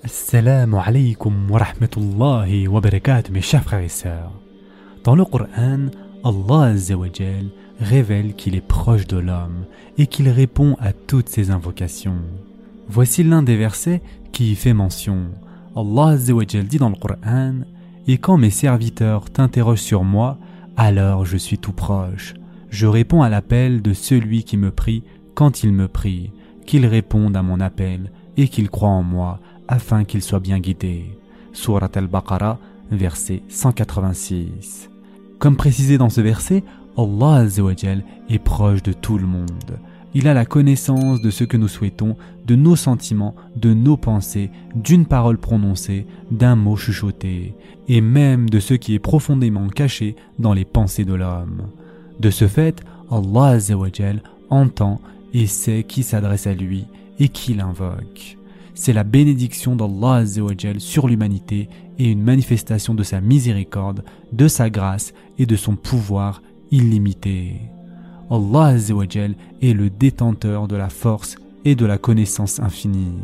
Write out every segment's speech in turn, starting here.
Assalamu alaikum wa rahmatullahi wa barakatuh, mes chers frères et sœurs. Dans le Coran, Allah Azza wa Jal révèle qu'il est proche de l'homme et qu'il répond à toutes ses invocations. Voici l'un des versets qui y fait mention. Allah Azza wa Jal dit dans le Coran: Et quand mes serviteurs t'interrogent sur moi, alors je suis tout proche. Je réponds à l'appel de celui qui me prie quand il me prie, qu'il réponde à mon appel et qu'il croit en moi, afin qu'il soit bien guidé. Surat al-Baqarah, verset 186. Comme précisé dans ce verset, Allah Azza wa Jal est proche de tout le monde. Il a la connaissance de ce que nous souhaitons, de nos sentiments, de nos pensées, d'une parole prononcée, d'un mot chuchoté, et même de ce qui est profondément caché dans les pensées de l'homme. De ce fait, Allah Azza wa Jal entend et sait qui s'adresse à lui et qui l'invoque. C'est la bénédiction d'Allah Azza wa Jal sur l'humanité et une manifestation de sa miséricorde, de sa grâce et de son pouvoir illimité. Allah Azza wa Jal est le détenteur de la force et de la connaissance infinie.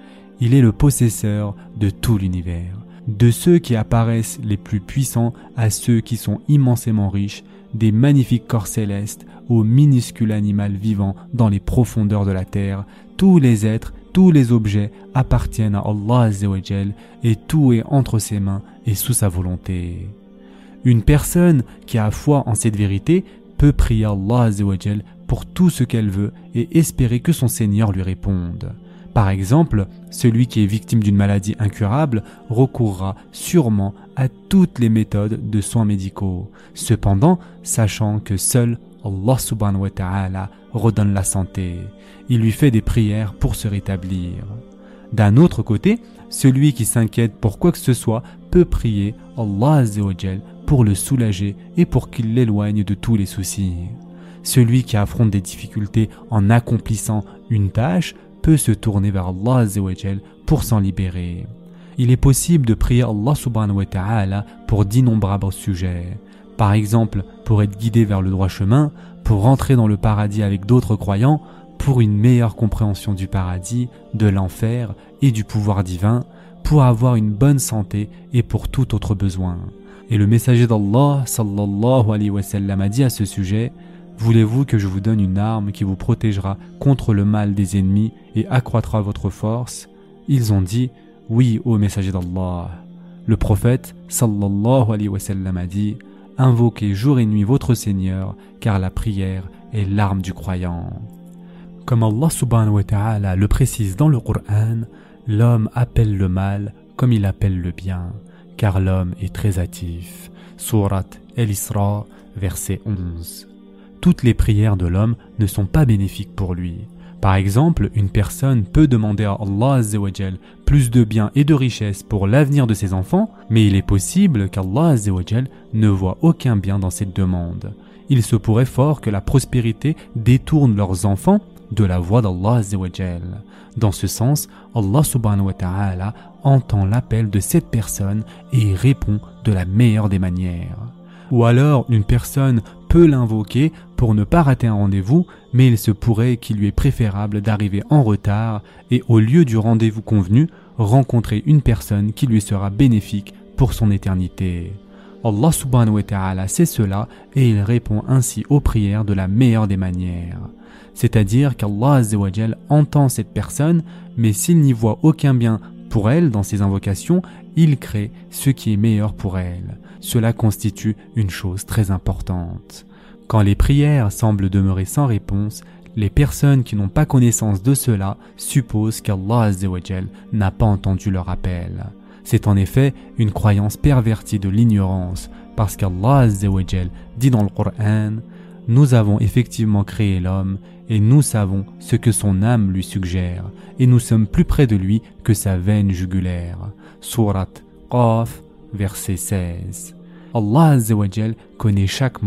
Il est le possesseur de tout l'univers, de ceux qui apparaissent les plus puissants à ceux qui sont immensément riches, des magnifiques corps célestes au minuscule animal vivant dans les profondeurs de la terre. Tous les êtres, tous les objets appartiennent à Allah Azza wa Jal et tout est entre ses mains et sous sa volonté. Une personne qui a foi en cette vérité peut prier Allah Azza wa Jal pour tout ce qu'elle veut et espérer que son Seigneur lui réponde. Par exemple, celui qui est victime d'une maladie incurable recourra sûrement à toutes les méthodes de soins médicaux, cependant sachant que seul Allah subhanahu wa ta'ala redonne la santé. Il lui fait des prières pour se rétablir. D'un autre côté, celui qui s'inquiète pour quoi que ce soit peut prier Allah Azza wa Jal pour le soulager et pour qu'il l'éloigne de tous les soucis. Celui qui affronte des difficultés en accomplissant une tâche peut se tourner vers Allah Azza wa Jal pour s'en libérer. Il est possible de prier Allah subhanahu wa ta'ala pour d'innombrables sujets. Par exemple, pour être guidé vers le droit chemin, pour rentrer dans le paradis avec d'autres croyants, pour une meilleure compréhension du paradis, de l'enfer et du pouvoir divin, pour avoir une bonne santé et pour tout autre besoin. Et le messager d'Allah sallallahu alayhi wa sallam a dit à ce sujet: Voulez-vous que je vous donne une arme qui vous protégera contre le mal des ennemis et accroîtra votre force? Ils ont dit: Oui, ô messager d'Allah. Le prophète sallallahu alayhi wa sallam a dit: Invoquez jour et nuit votre Seigneur, car la prière est l'arme du croyant. Comme Allah subhanahu wa ta'ala le précise dans le Coran, l'homme appelle le mal comme il appelle le bien, car l'homme est très hâtif. Surat Al-Isra, verset 11. Toutes les prières de l'homme ne sont pas bénéfiques pour lui. Par exemple, une personne peut demander à Allah Azza wa Jal plus de biens et de richesses pour l'avenir de ses enfants, mais il est possible qu'Allah Azza wa Jal ne voit aucun bien dans cette demande. Il se pourrait fort que la prospérité détourne leurs enfants de la voie d'Allah Azza wa Jal. Dans ce sens, Allah subhanahu wa ta'ala entend l'appel de cette personne et répond de la meilleure des manières. Ou alors, une personne peut l'invoquer pour ne pas rater un rendez-vous, mais il se pourrait qu'il lui est préférable d'arriver en retard et au lieu du rendez-vous convenu, rencontrer une personne qui lui sera bénéfique pour son éternité. Allah subhanahu wa ta'ala sait cela et il répond ainsi aux prières de la meilleure des manières. C'est-à-dire qu'Allah Azza wa Jal entend cette personne, mais s'il n'y voit aucun bien pour elle dans ses invocations, il crée ce qui est meilleur pour elle. Cela constitue une chose très importante. Quand les prières semblent demeurer sans réponse, les personnes qui n'ont pas connaissance de cela supposent qu'Allah Azza wa Jal n'a pas entendu leur appel. C'est en effet une croyance pervertie de l'ignorance, parce qu'Allah Azza wa Jal dit dans le Coran: Nous avons effectivement créé l'homme et nous savons ce que son âme lui suggère, et nous sommes plus près de lui que sa veine jugulaire. Surat Qaf, verset 16. Allah Azza wa Jal connaît chaque mot,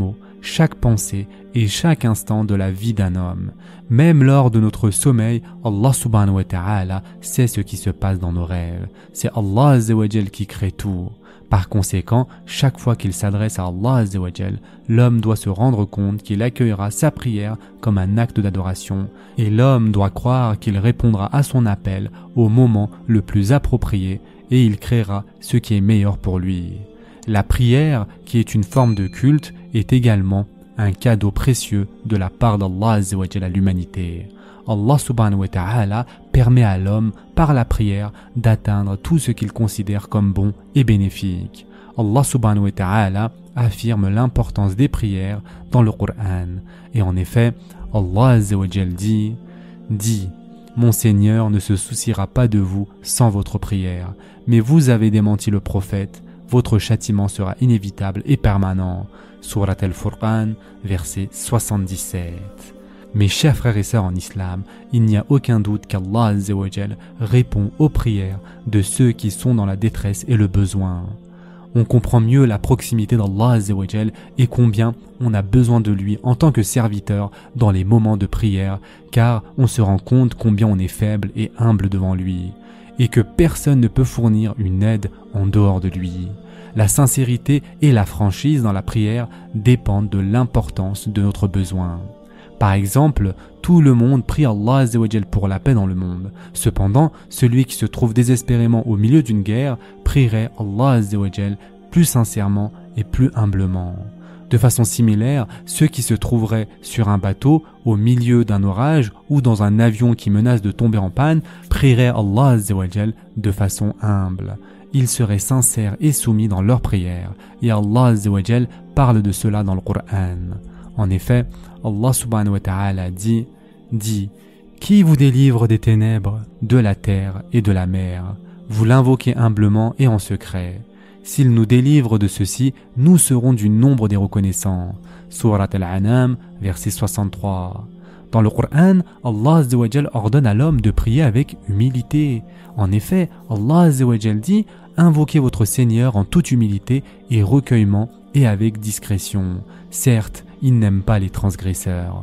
chaque pensée et chaque instant de la vie d'un homme. Même lors de notre sommeil, Allah subhanahu wa ta'ala sait ce qui se passe dans nos rêves. C'est Allah azza wa jal qui crée tout. Par conséquent, chaque fois qu'il s'adresse à Allah azza wa jal, l'homme doit se rendre compte qu'il accueillera sa prière comme un acte d'adoration et l'homme doit croire qu'il répondra à son appel au moment le plus approprié et il créera ce qui est meilleur pour lui. La prière, qui est une forme de culte, est également un cadeau précieux de la part d'Allah azza wa jal à l'humanité. Allah subhanahu wa ta'ala permet à l'homme, par la prière, d'atteindre tout ce qu'il considère comme bon et bénéfique. Allah subhanahu wa ta'ala affirme l'importance des prières dans le Coran. Et en effet, Allah azza wa jal dit « Mon Seigneur ne se souciera pas de vous sans votre prière, mais vous avez démenti le prophète, votre châtiment sera inévitable et permanent. » Surat al-Furqan, verset 77. Mes chers frères et sœurs en islam, il n'y a aucun doute qu'Allah azza wa jal répond aux prières de ceux qui sont dans la détresse et le besoin. On comprend mieux la proximité d'Allah azza wa jal et combien on a besoin de lui en tant que serviteur dans les moments de prière, car on se rend compte combien on est faible et humble devant lui, et que personne ne peut fournir une aide en dehors de lui. La sincérité et la franchise dans la prière dépendent de l'importance de notre besoin. Par exemple, tout le monde prie Allah azza wa jal pour la paix dans le monde. Cependant, celui qui se trouve désespérément au milieu d'une guerre prierait Allah azza wa jal plus sincèrement et plus humblement. De façon similaire, ceux qui se trouveraient sur un bateau au milieu d'un orage ou dans un avion qui menace de tomber en panne prieraient Allah azza wa jal de façon humble. Ils seraient sincères et soumis dans leurs prières, et Allah azza wa jal parle de cela dans le Coran. En effet, Allah subhanahu wa ta'ala dit « Qui vous délivre des ténèbres, de la terre et de la mer? Vous l'invoquez humblement et en secret. S'il nous délivre de ceci, nous serons du nombre des reconnaissants. » Surat al-An'am, verset 63. Dans le Coran, Allah azza wa jal ordonne à l'homme de prier avec humilité. En effet, Allah azza wa jal dit « Invoquez votre Seigneur en toute humilité et recueillement et avec discrétion. Certes, il n'aime pas les transgresseurs. »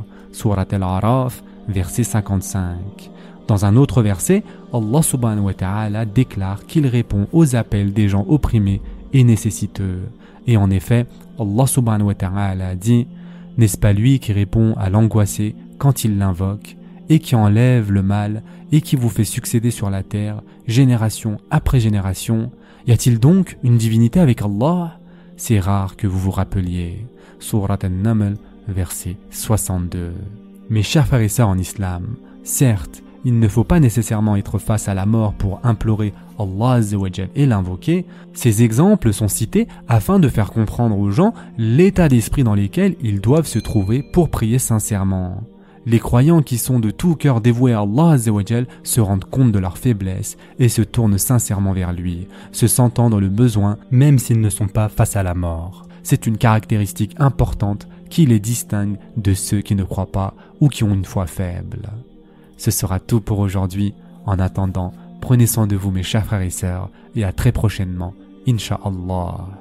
Surat al-Araf, verset 55. Dans un autre verset, Allah subhanahu wa ta'ala déclare qu'il répond aux appels des gens opprimés et nécessiteux. Et en effet, Allah subhanahu wa ta'ala dit « N'est-ce pas lui qui répond à l'angoissé quand il l'invoque et qui enlève le mal et qui vous fait succéder sur la terre, génération après génération? Y a-t-il donc une divinité avec Allah? C'est rare que vous vous rappeliez. » Surat An-Naml, verset 62. Mes chers frères et sœurs en islam, certes, il ne faut pas nécessairement être face à la mort pour implorer Allah azza wa jal et l'invoquer. Ces exemples sont cités afin de faire comprendre aux gens l'état d'esprit dans lequel ils doivent se trouver pour prier sincèrement. Les croyants qui sont de tout cœur dévoués à Allah azza wa jal se rendent compte de leur faiblesse et se tournent sincèrement vers lui, se sentant dans le besoin même s'ils ne sont pas face à la mort. C'est une caractéristique importante qui les distingue de ceux qui ne croient pas ou qui ont une foi faible. Ce sera tout pour aujourd'hui. En attendant, prenez soin de vous mes chers frères et sœurs et à très prochainement, Inch'Allah.